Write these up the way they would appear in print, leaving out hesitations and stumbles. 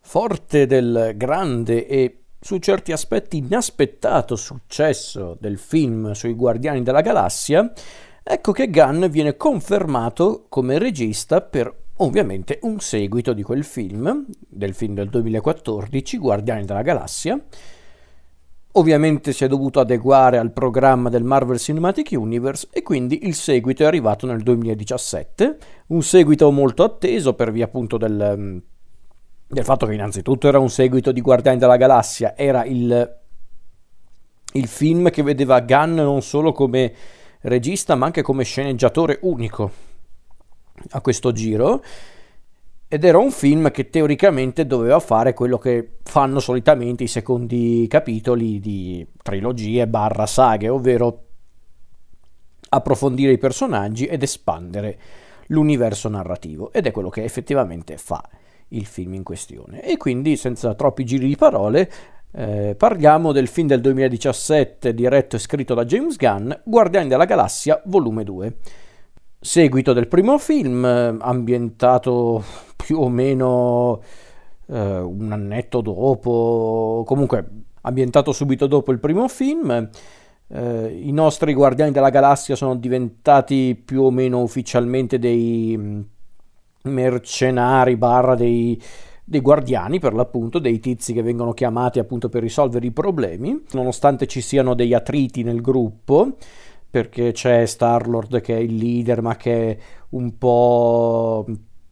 Forte del grande e su certi aspetti inaspettato successo del film sui Guardiani della Galassia, ecco che Gunn viene confermato come regista per ovviamente un seguito di quel film, del film del 2014, Guardiani della Galassia. Ovviamente si è dovuto adeguare al programma del Marvel Cinematic Universe e quindi il seguito è arrivato nel 2017, un seguito molto atteso per via appunto del fatto che innanzitutto era un seguito di Guardiani della Galassia, era il film che vedeva Gunn non solo come regista ma anche come sceneggiatore unico a questo giro, ed era un film che teoricamente doveva fare quello che fanno solitamente i secondi capitoli di trilogie / saghe, ovvero approfondire i personaggi ed espandere l'universo narrativo, ed è quello che effettivamente fa il film in questione. E quindi, senza troppi giri di parole, parliamo del film del 2017 diretto e scritto da James Gunn, Guardiani della Galassia volume 2, seguito del primo film, ambientato più o meno un annetto dopo, comunque ambientato subito dopo il primo film. I nostri Guardiani della Galassia sono diventati più o meno ufficialmente dei mercenari / dei guardiani, per l'appunto, dei tizi che vengono chiamati appunto per risolvere i problemi, nonostante ci siano degli attriti nel gruppo, perché c'è Star-Lord che è il leader ma che è un po'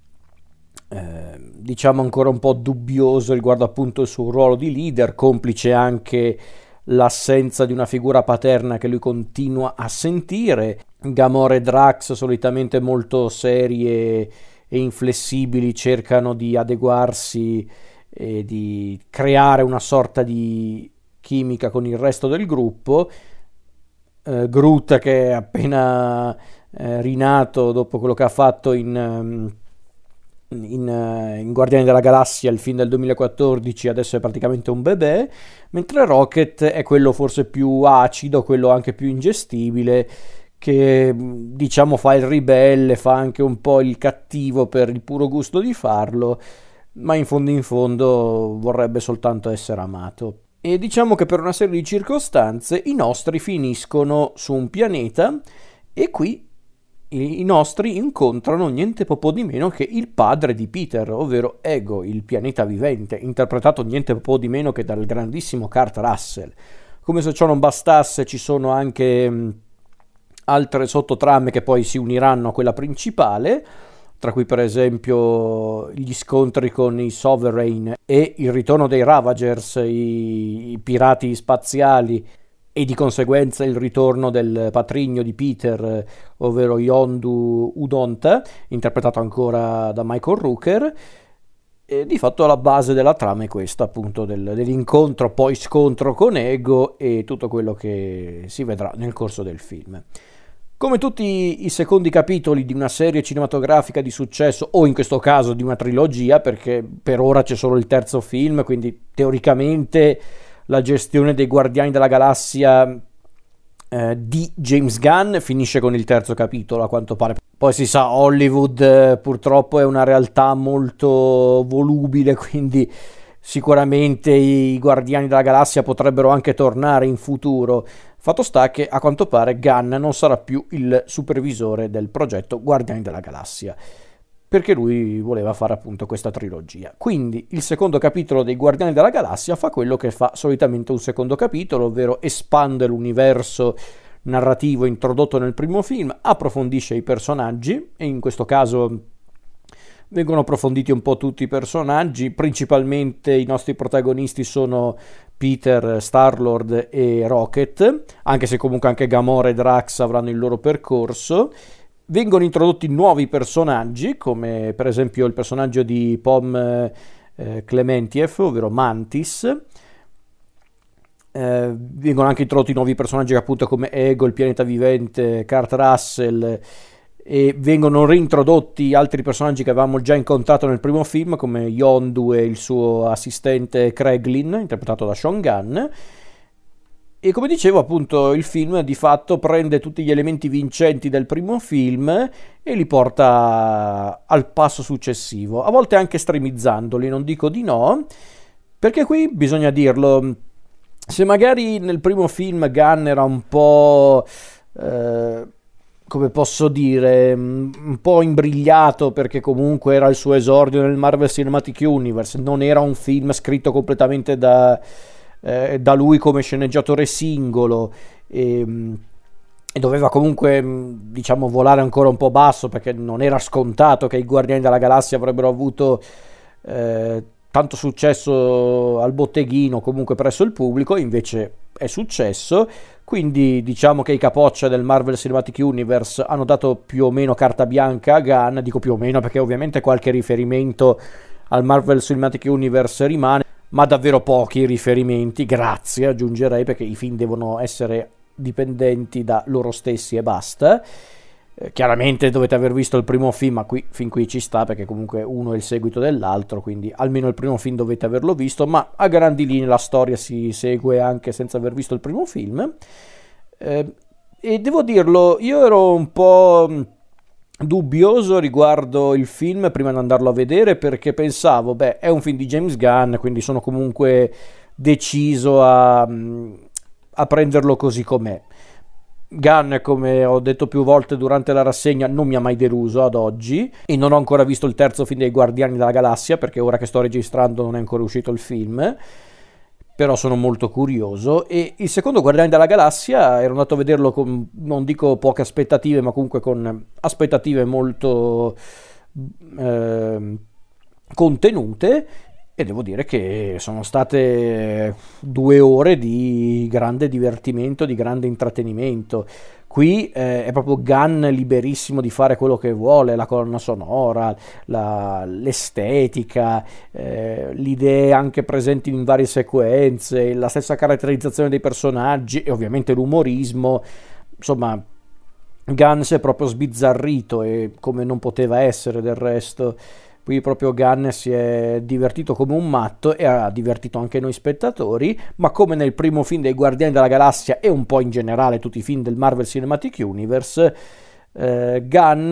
diciamo ancora un po' dubbioso riguardo appunto il suo ruolo di leader, complice anche l'assenza di una figura paterna che lui continua a sentire. Gamora e Drax, solitamente molto serie e inflessibili, cercano di adeguarsi e di creare una sorta di chimica con il resto del gruppo. Groot, che è appena rinato dopo quello che ha fatto in Guardiani della Galassia, il film del 2014, adesso è praticamente un bebè, mentre Rocket è quello forse più acido, quello anche più ingestibile, che diciamo fa il ribelle, fa anche un po' il cattivo per il puro gusto di farlo, ma in fondo vorrebbe soltanto essere amato. E diciamo che per una serie di circostanze i nostri finiscono su un pianeta e qui i nostri incontrano niente po' di meno che il padre di Peter, ovvero Ego, il pianeta vivente, interpretato niente po' di meno che dal grandissimo Kurt Russell. Come se ciò non bastasse, ci sono anche altre sottotrame che poi si uniranno a quella principale, tra cui per esempio gli scontri con i Sovereign e il ritorno dei Ravagers, i pirati spaziali, e di conseguenza il ritorno del patrigno di Peter, ovvero Yondu Udonta, interpretato ancora da Michael Rooker. E di fatto la base della trama è questa, appunto, dell'incontro poi scontro con Ego e tutto quello che si vedrà nel corso del film. Come tutti i secondi capitoli di una serie cinematografica di successo, o in questo caso di una trilogia, perché per ora c'è solo il terzo film, quindi teoricamente la gestione dei Guardiani della Galassia di James Gunn finisce con il terzo capitolo, a quanto pare. Poi si sa, Hollywood purtroppo è una realtà molto volubile, quindi sicuramente i Guardiani della Galassia potrebbero anche tornare in futuro. Fatto sta che a quanto pare Gunn non sarà più il supervisore del progetto Guardiani della Galassia, perché lui voleva fare appunto questa trilogia. Quindi il secondo capitolo dei Guardiani della Galassia fa quello che fa solitamente un secondo capitolo, ovvero espande l'universo narrativo introdotto nel primo film, approfondisce i personaggi, e in questo caso vengono approfonditi un po' tutti i personaggi. Principalmente i nostri protagonisti sono Peter, Star-Lord e Rocket, anche se comunque anche Gamora e Drax avranno il loro percorso. Vengono introdotti nuovi personaggi, come per esempio il personaggio di Pom Klementiev, ovvero Mantis. Vengono anche introdotti nuovi personaggi appunto come Ego, il pianeta vivente, Kurt Russell, e vengono reintrodotti altri personaggi che avevamo già incontrato nel primo film, come Yondu e il suo assistente Kraglin, interpretato da Sean Gunn. E come dicevo, appunto, il film di fatto prende tutti gli elementi vincenti del primo film e li porta al passo successivo, a volte anche estremizzandoli, non dico di no, perché qui bisogna dirlo, se magari nel primo film Gunn era un po', come posso dire, un po' imbrigliato perché comunque era il suo esordio nel Marvel Cinematic Universe, non era un film scritto completamente da lui come sceneggiatore singolo e doveva comunque, diciamo, volare ancora un po' basso perché non era scontato che i Guardiani della Galassia avrebbero avuto tanto successo al botteghino, comunque presso il pubblico. Invece è successo, quindi diciamo che i capoccia del Marvel Cinematic Universe hanno dato più o meno carta bianca a Gunn. Dico più o meno perché ovviamente qualche riferimento al Marvel Cinematic Universe rimane, ma davvero pochi riferimenti, grazie aggiungerei, perché i film devono essere dipendenti da loro stessi e basta. Chiaramente dovete aver visto il primo film, ma fin qui ci sta perché comunque uno è il seguito dell'altro, quindi almeno il primo film dovete averlo visto, ma a grandi linee la storia si segue anche senza aver visto il primo film. E devo dirlo, io ero un po' dubbioso riguardo il film prima di andarlo a vedere, perché pensavo, beh, è un film di James Gunn, quindi sono comunque deciso a prenderlo così com'è. Gunn, come ho detto più volte durante la rassegna, non mi ha mai deluso ad oggi e non ho ancora visto il terzo film dei Guardiani della Galassia perché ora che sto registrando non è ancora uscito il film, però sono molto curioso. E il secondo Guardiani della Galassia ero andato a vederlo con, non dico poche aspettative, ma comunque con aspettative molto contenute, e devo dire che sono state 2 ore di grande divertimento, di grande intrattenimento. Qui è proprio Gunn liberissimo di fare quello che vuole, la colonna sonora, l'estetica, le idee anche presenti in varie sequenze, la stessa caratterizzazione dei personaggi e ovviamente l'umorismo. Insomma, Gunn si è proprio sbizzarrito, e come non poteva essere del resto. Qui proprio Gunn si è divertito come un matto e ha divertito anche noi spettatori, ma come nel primo film dei Guardiani della Galassia e un po' in generale tutti i film del Marvel Cinematic Universe, Gunn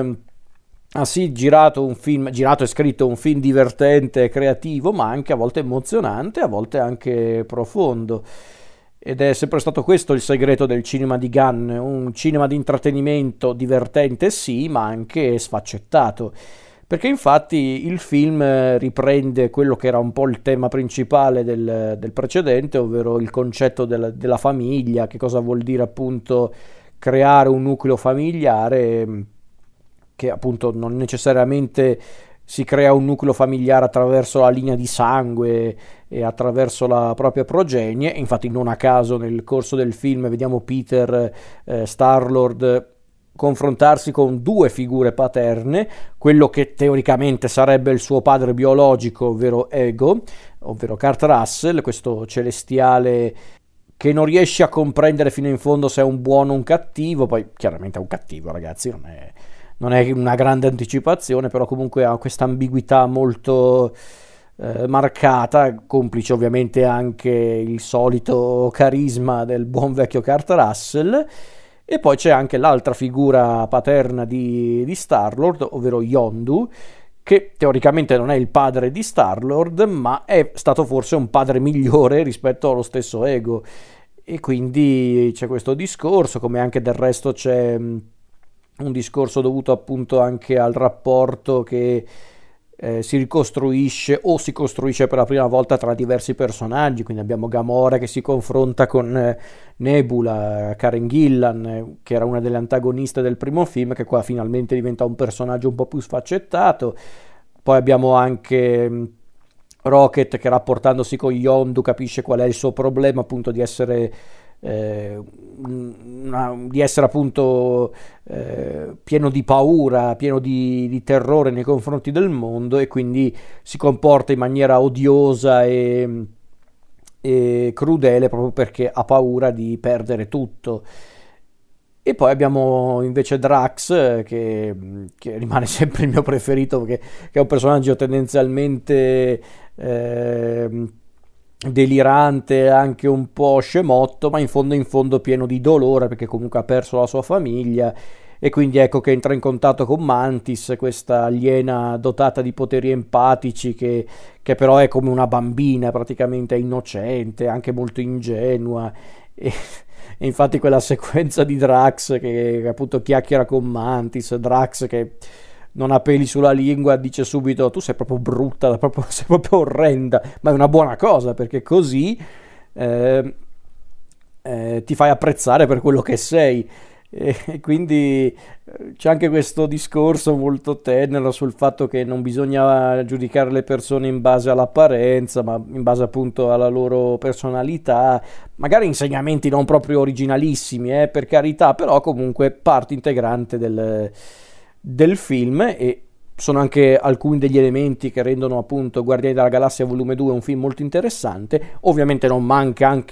ha sì girato un film, girato e scritto un film divertente e creativo, ma anche a volte emozionante, a volte anche profondo. Ed è sempre stato questo il segreto del cinema di Gunn, un cinema di intrattenimento divertente sì, ma anche sfaccettato. Perché infatti il film riprende quello che era un po' il tema principale del precedente, ovvero il concetto della famiglia, che cosa vuol dire appunto creare un nucleo familiare, che appunto non necessariamente si crea un nucleo familiare attraverso la linea di sangue e attraverso la propria progenie. Infatti non a caso nel corso del film vediamo Peter, Star-Lord, confrontarsi con 2 figure paterne, quello che teoricamente sarebbe il suo padre biologico, ovvero Ego, ovvero Kurt Russell, questo celestiale che non riesce a comprendere fino in fondo se è un buono o un cattivo. Poi chiaramente è un cattivo, ragazzi, non è una grande anticipazione, però comunque ha questa ambiguità molto marcata, complice ovviamente anche il solito carisma del buon vecchio Kurt Russell. E poi c'è anche l'altra figura paterna di Star-Lord, ovvero Yondu, che teoricamente non è il padre di Star-Lord, ma è stato forse un padre migliore rispetto allo stesso Ego. E quindi c'è questo discorso, come anche del resto c'è un discorso dovuto appunto anche al rapporto che si ricostruisce o si costruisce per la prima volta tra diversi personaggi. Quindi abbiamo Gamora che si confronta con Nebula, Karen Gillan, che era una delle antagoniste del primo film, che qua finalmente diventa un personaggio un po' più sfaccettato. Poi abbiamo anche Rocket che, rapportandosi con Yondu, capisce qual è il suo problema, appunto di essere appunto pieno di paura, pieno di terrore nei confronti del mondo, e quindi si comporta in maniera odiosa e crudele proprio perché ha paura di perdere tutto. E poi abbiamo invece Drax, che rimane sempre il mio preferito, che è un personaggio tendenzialmente delirante, anche un po' scemotto, ma in fondo pieno di dolore perché comunque ha perso la sua famiglia e quindi ecco che entra in contatto con Mantis, questa aliena dotata di poteri empatici che però è come una bambina, praticamente è innocente, anche molto ingenua. E, e infatti quella sequenza di Drax che appunto chiacchiera con Mantis, Drax che non ha peli sulla lingua, dice subito tu sei proprio brutta, sei proprio orrenda, ma è una buona cosa perché così eh, ti fai apprezzare per quello che sei. E quindi c'è anche questo discorso molto tenero sul fatto che non bisogna giudicare le persone in base all'apparenza, ma in base appunto alla loro personalità. Magari insegnamenti non proprio originalissimi, per carità, però comunque parte integrante del film e sono anche alcuni degli elementi che rendono appunto Guardiani della Galassia Volume 2 un film molto interessante. Ovviamente non manca anche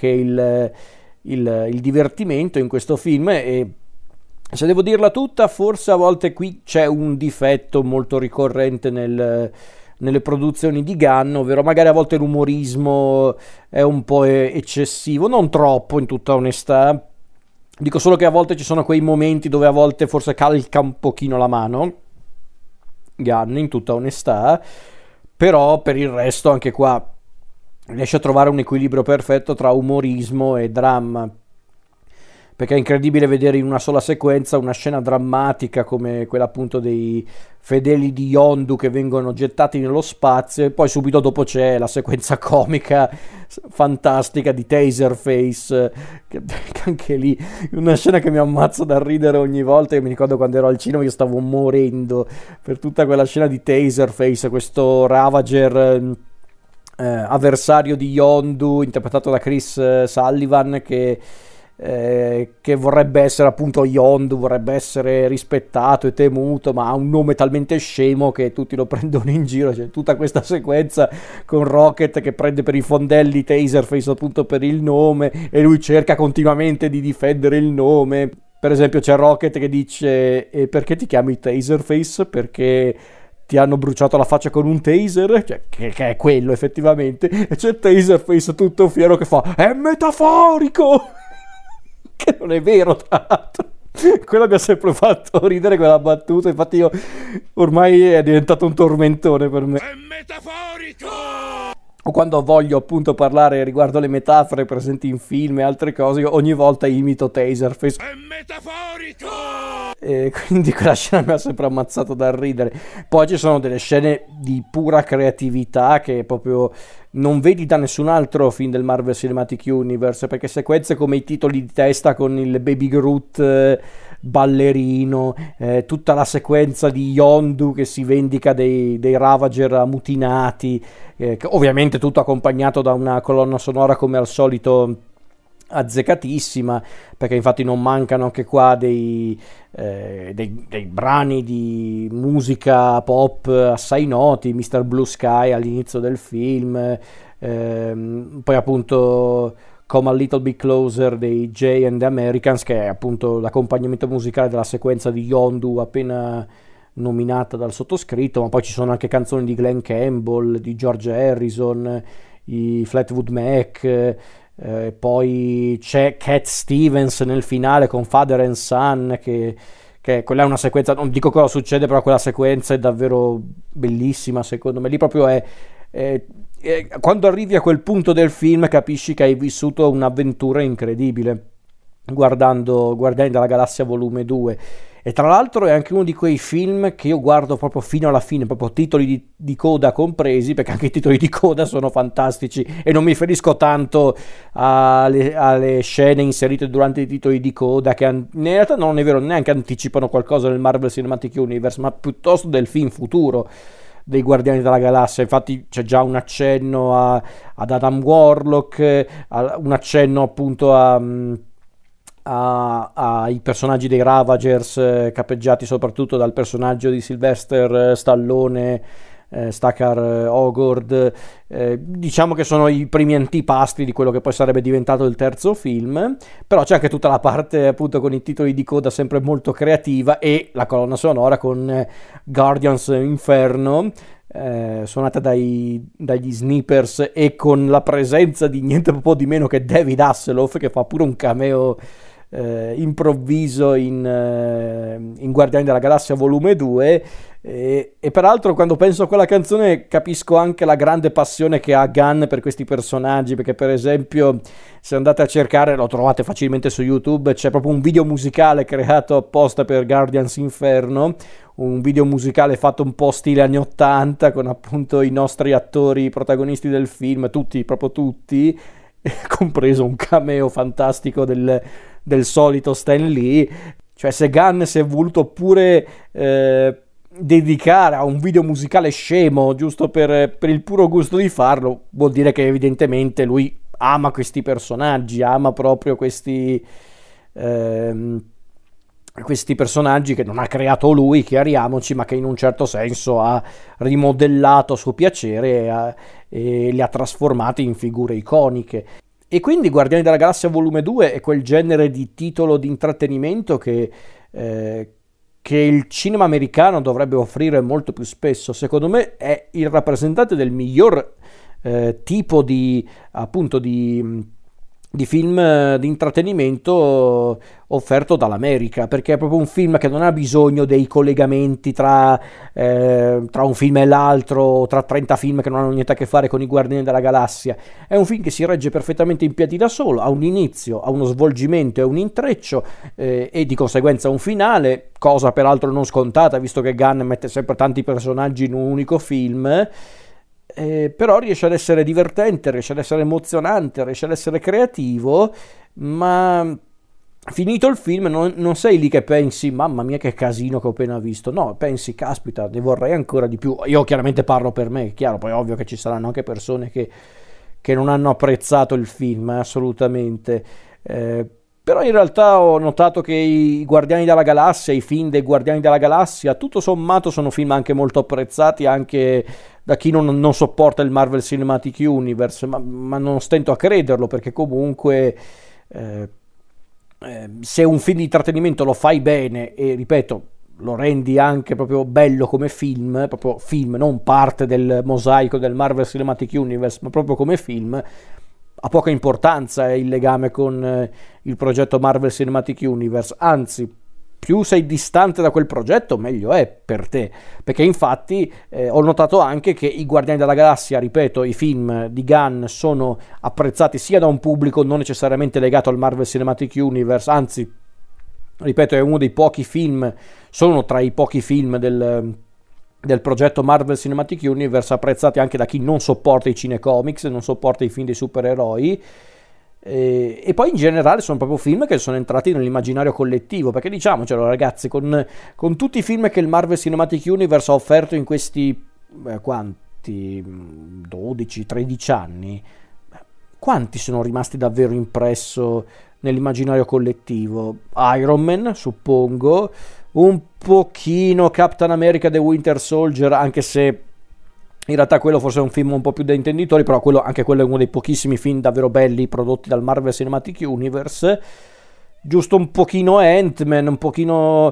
il divertimento in questo film e se devo dirla tutta, forse a volte qui c'è un difetto molto ricorrente nelle produzioni di Gunn, ovvero magari a volte l'umorismo è un po' eccessivo, non troppo in tutta onestà. Dico solo che a volte ci sono quei momenti dove a volte forse calca un pochino la mano, Gunn in tutta onestà, però per il resto anche qua riesce a trovare un equilibrio perfetto tra umorismo e dramma, perché è incredibile vedere in una sola sequenza una scena drammatica come quella appunto dei fedeli di Yondu che vengono gettati nello spazio e poi subito dopo c'è la sequenza comica fantastica di Taserface, che anche lì una scena che mi ammazzo da ridere ogni volta. Io mi ricordo quando ero al cinema io stavo morendo per tutta quella scena di Taserface, questo Ravager avversario di Yondu interpretato da Chris Sullivan che vorrebbe essere appunto Yondu, vorrebbe essere rispettato e temuto, ma ha un nome talmente scemo che tutti lo prendono in giro. C'è tutta questa sequenza con Rocket che prende per i fondelli Taserface appunto per il nome e lui cerca continuamente di difendere il nome. Per esempio c'è Rocket che dice e perché ti chiami Taserface? Perché ti hanno bruciato la faccia con un taser, cioè, che è quello effettivamente, e c'è Taserface tutto fiero che fa è metaforico che non è vero tra l'altro. Quello mi ha sempre fatto ridere quella battuta, infatti io ormai è diventato un tormentone per me. È metaforico! O quando voglio appunto parlare riguardo le metafore presenti in film e altre cose, io ogni volta imito Taserface. È metaforico! E quindi quella scena mi ha sempre ammazzato dal ridere. Poi ci sono delle scene di pura creatività che proprio non vedi da nessun altro film del Marvel Cinematic Universe, perché sequenze come i titoli di testa con il Baby Groot ballerino, tutta la sequenza di Yondu che si vendica dei Ravager ammutinati, ovviamente tutto accompagnato da una colonna sonora come al solito azzeccatissima, perché infatti non mancano anche qua dei brani di musica pop assai noti, Mr. Blue Sky all'inizio del film, poi appunto Come a Little Bit Closer dei Jay and the Americans, che è appunto l'accompagnamento musicale della sequenza di Yondu appena nominata dal sottoscritto, ma poi ci sono anche canzoni di Glenn Campbell, di George Harrison, i Fleetwood Mac, poi c'è Cat Stevens nel finale con Father and Son, che quella è una sequenza, non dico cosa succede, però quella sequenza è davvero bellissima secondo me. Lì proprio quando arrivi a quel punto del film capisci che hai vissuto un'avventura incredibile guardando Guardiani della Galassia Volume 2. E tra l'altro è anche uno di quei film che io guardo proprio fino alla fine, proprio titoli di coda compresi, perché anche i titoli di coda sono fantastici, e non mi riferisco tanto alle scene inserite durante i titoli di coda, che in realtà non è vero, neanche anticipano qualcosa del Marvel Cinematic Universe, ma piuttosto del film futuro dei Guardiani della Galassia. Infatti c'è già un accenno ad Adam Warlock, un accenno appunto ai personaggi dei Ravagers, capeggiati soprattutto dal personaggio di Sylvester Stallone Stackar Ogord, diciamo che sono i primi antipasti di quello che poi sarebbe diventato il terzo film, però c'è anche tutta la parte appunto con i titoli di coda sempre molto creativa e la colonna sonora con Guardians Inferno, suonata dagli Snippers e con la presenza di niente po' di meno che David Hasselhoff, che fa pure un cameo improvviso in Guardiani della Galassia volume 2, e peraltro quando penso a quella canzone capisco anche la grande passione che ha Gunn per questi personaggi, perché per esempio se andate a cercare, lo trovate facilmente su YouTube, c'è proprio un video musicale creato apposta per Guardians Inferno, un video musicale fatto un po' stile anni 80 con appunto i nostri attori protagonisti del film, tutti, proprio tutti, compreso un cameo fantastico del solito Stan Lee. Cioè, se Gunn si è voluto pure dedicare a un video musicale scemo giusto per il puro gusto di farlo, vuol dire che evidentemente lui ama questi personaggi, ama proprio questi personaggi che non ha creato lui, chiariamoci, ma che in un certo senso ha rimodellato a suo piacere e li ha trasformati in figure iconiche. E quindi Guardiani della Galassia volume 2 è quel genere di titolo di intrattenimento che il cinema americano dovrebbe offrire molto più spesso. Secondo me è il rappresentante del miglior tipo di film di intrattenimento offerto dall'America, perché è proprio un film che non ha bisogno dei collegamenti tra un film e l'altro, tra 30 film che non hanno niente a che fare con i Guardiani della Galassia. È un film che si regge perfettamente in piedi da solo, ha un inizio, ha uno svolgimento e un intreccio, e di conseguenza un finale, cosa peraltro non scontata visto che Gunn mette sempre tanti personaggi in un unico film. Però riesce ad essere divertente, riesce ad essere emozionante, riesce ad essere creativo, ma finito il film non sei lì che pensi mamma mia che casino che ho appena visto, no, pensi caspita ne vorrei ancora di più. Io chiaramente parlo per me, è chiaro, poi è ovvio che ci saranno anche persone che non hanno apprezzato il film, assolutamente. Però in realtà ho notato che i Guardiani della Galassia, i film dei Guardiani della Galassia, tutto sommato sono film anche molto apprezzati anche da chi non sopporta il Marvel Cinematic Universe, ma non stento a crederlo, perché comunque se un film di intrattenimento lo fai bene e, ripeto, lo rendi anche proprio bello come film, proprio film, non parte del mosaico del Marvel Cinematic Universe, ma proprio come film, ha poca importanza il legame con il progetto Marvel Cinematic Universe, anzi più sei distante da quel progetto meglio è per te, perché infatti ho notato anche che i Guardiani della Galassia, ripeto, i film di Gunn sono apprezzati sia da un pubblico non necessariamente legato al Marvel Cinematic Universe, anzi ripeto è uno dei pochi film, sono tra i pochi film del progetto Marvel Cinematic Universe apprezzati anche da chi non sopporta i cinecomics, non sopporta i film dei supereroi, e poi in generale sono proprio film che sono entrati nell'immaginario collettivo, perché diciamocelo ragazzi, con tutti i film che il Marvel Cinematic Universe ha offerto in questi quanti 12-13 anni, quanti sono rimasti davvero impresso nell'immaginario collettivo? Iron Man, suppongo, un pochino Captain America The Winter Soldier, anche se in realtà quello forse è un film un po' più da intenditori, però anche quello è uno dei pochissimi film davvero belli prodotti dal Marvel Cinematic Universe. Giusto un pochino Ant-Man, un pochino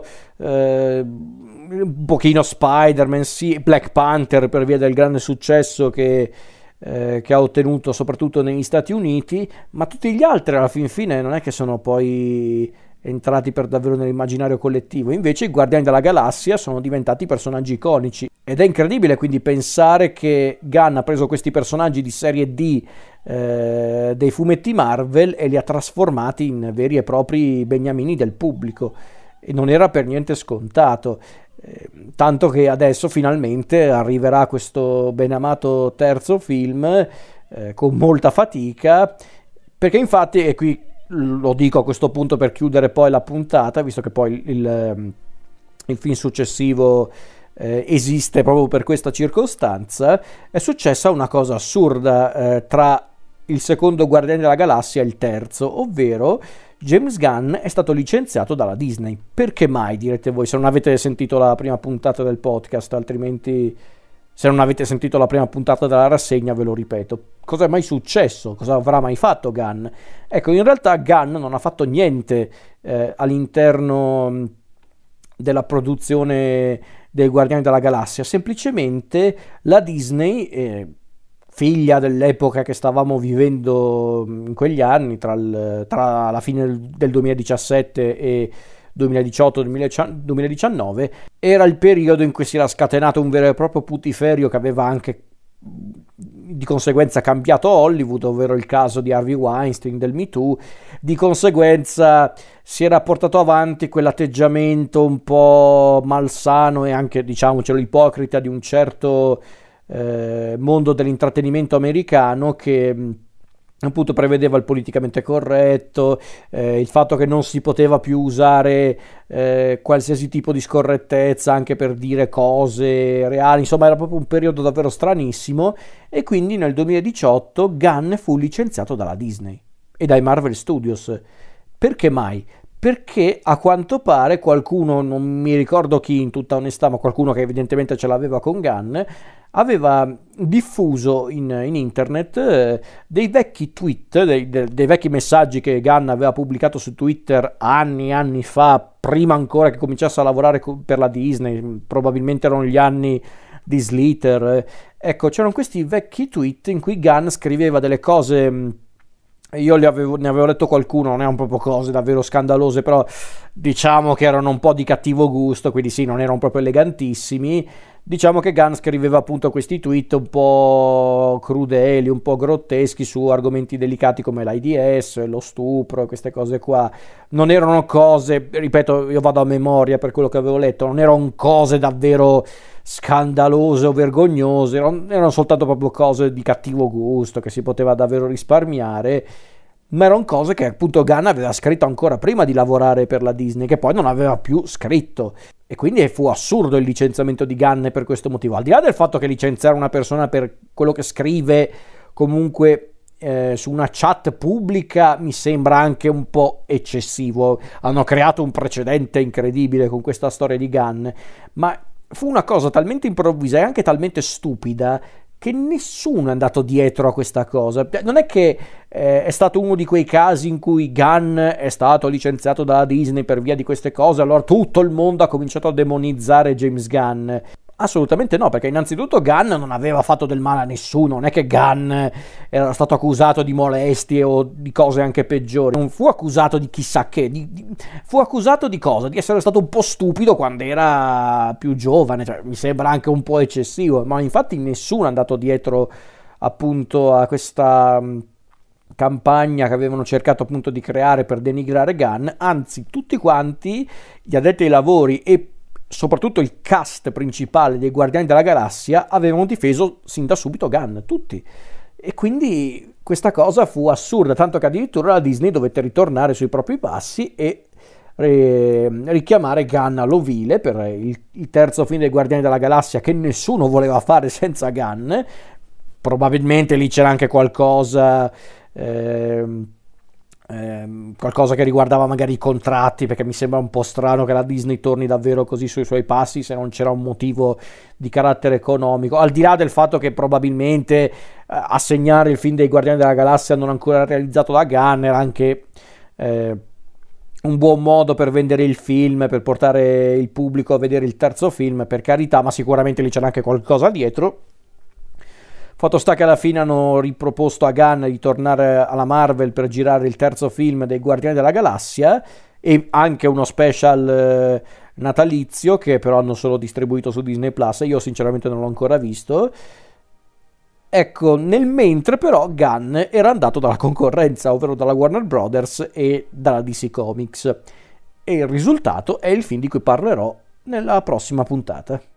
Spider-Man, sì, Black Panther per via del grande successo che ha ottenuto soprattutto negli Stati Uniti, ma tutti gli altri alla fin fine non è che sono poi entrati per davvero nell'immaginario collettivo. Invece i Guardiani della Galassia sono diventati personaggi iconici ed è incredibile quindi pensare che Gunn ha preso questi personaggi di serie D dei fumetti Marvel e li ha trasformati in veri e propri beniamini del pubblico, e non era per niente scontato, tanto che adesso finalmente arriverà questo benamato terzo film con molta fatica, perché infatti, e qui lo dico a questo punto per chiudere poi la puntata, visto che poi il film successivo esiste proprio per questa circostanza, è successa una cosa assurda tra il secondo Guardiani della Galassia e il terzo, ovvero James Gunn è stato licenziato dalla Disney. Perché mai, direte voi, se non avete sentito la prima puntata del podcast, altrimenti Se non avete sentito la prima puntata della rassegna, ve lo ripeto. Cosa è mai successo? Cosa avrà mai fatto Gunn? Ecco, in realtà Gunn non ha fatto niente all'interno della produzione dei Guardiani della Galassia, semplicemente la Disney, figlia dell'epoca che stavamo vivendo in quegli anni, tra la fine del 2017 e 2018-2019, era il periodo in cui si era scatenato un vero e proprio putiferio che aveva anche di conseguenza cambiato Hollywood, ovvero il caso di Harvey Weinstein, del Me Too. Di conseguenza si era portato avanti quell'atteggiamento un po' malsano e anche, diciamocelo, ipocrita di un certo mondo dell'intrattenimento americano che appunto prevedeva il politicamente corretto, il fatto che non si poteva più usare qualsiasi tipo di scorrettezza anche per dire cose reali. Insomma, era proprio un periodo davvero stranissimo, e quindi nel 2018 Gunn fu licenziato dalla Disney e dai Marvel Studios. Perché mai? Perché a quanto pare qualcuno, non mi ricordo chi in tutta onestà, ma qualcuno che evidentemente ce l'aveva con Gunn, aveva diffuso in internet dei vecchi tweet, dei vecchi messaggi che Gunn aveva pubblicato su Twitter anni e anni fa, prima ancora che cominciasse a lavorare per la Disney. Probabilmente erano gli anni di Slater. Ecco, c'erano questi vecchi tweet in cui Gunn scriveva delle cose. Io ne avevo letto qualcuno, non erano proprio cose davvero scandalose, però diciamo che erano un po' di cattivo gusto, quindi sì, non erano proprio elegantissimi. Diciamo che Gunn scriveva appunto questi tweet un po' crudeli, un po' grotteschi su argomenti delicati come l'AIDS, lo stupro, queste cose qua. Non erano cose, ripeto, io vado a memoria per quello che avevo letto, non erano cose davvero scandalose o vergognose, erano soltanto proprio cose di cattivo gusto che si poteva davvero risparmiare, ma erano cose che appunto Gunn aveva scritto ancora prima di lavorare per la Disney, che poi non aveva più scritto, e quindi fu assurdo il licenziamento di Gunn per questo motivo. Al di là del fatto che licenziare una persona per quello che scrive comunque su una chat pubblica mi sembra anche un po' eccessivo. Hanno creato un precedente incredibile con questa storia di Gunn, ma fu una cosa talmente improvvisa e anche talmente stupida che nessuno è andato dietro a questa cosa. Non è che è stato uno di quei casi in cui Gunn è stato licenziato dalla Disney per via di queste cose, allora tutto il mondo ha cominciato a demonizzare James Gunn. Assolutamente no, perché innanzitutto Gunn non aveva fatto del male a nessuno, non è che Gunn era stato accusato di molestie o di cose anche peggiori, non fu accusato di chissà che, fu accusato di cosa? Di essere stato un po' stupido quando era più giovane, cioè, mi sembra anche un po' eccessivo, ma infatti nessuno è andato dietro appunto a questa campagna che avevano cercato appunto di creare per denigrare Gunn, anzi tutti quanti gli addetti ai lavori e soprattutto il cast principale dei Guardiani della Galassia avevano difeso sin da subito Gunn, tutti, e quindi questa cosa fu assurda, tanto che addirittura la Disney dovette ritornare sui propri passi e richiamare Gunn all'ovile per il terzo film dei Guardiani della Galassia, che nessuno voleva fare senza Gunn. Probabilmente lì c'era anche qualcosa che riguardava magari i contratti, perché mi sembra un po' strano che la Disney torni davvero così sui suoi passi se non c'era un motivo di carattere economico, al di là del fatto che probabilmente assegnare il film dei Guardiani della Galassia non ancora realizzato da Gunn era anche un buon modo per vendere il film, per portare il pubblico a vedere il terzo film, per carità, ma sicuramente lì c'era anche qualcosa dietro. Fatto sta che alla fine hanno riproposto a Gunn di tornare alla Marvel per girare il terzo film dei Guardiani della Galassia e anche uno special natalizio che però hanno solo distribuito su Disney Plus, e io sinceramente non l'ho ancora visto. Ecco, nel mentre però Gunn era andato dalla concorrenza, ovvero dalla Warner Brothers e dalla DC Comics, e il risultato è il film di cui parlerò nella prossima puntata.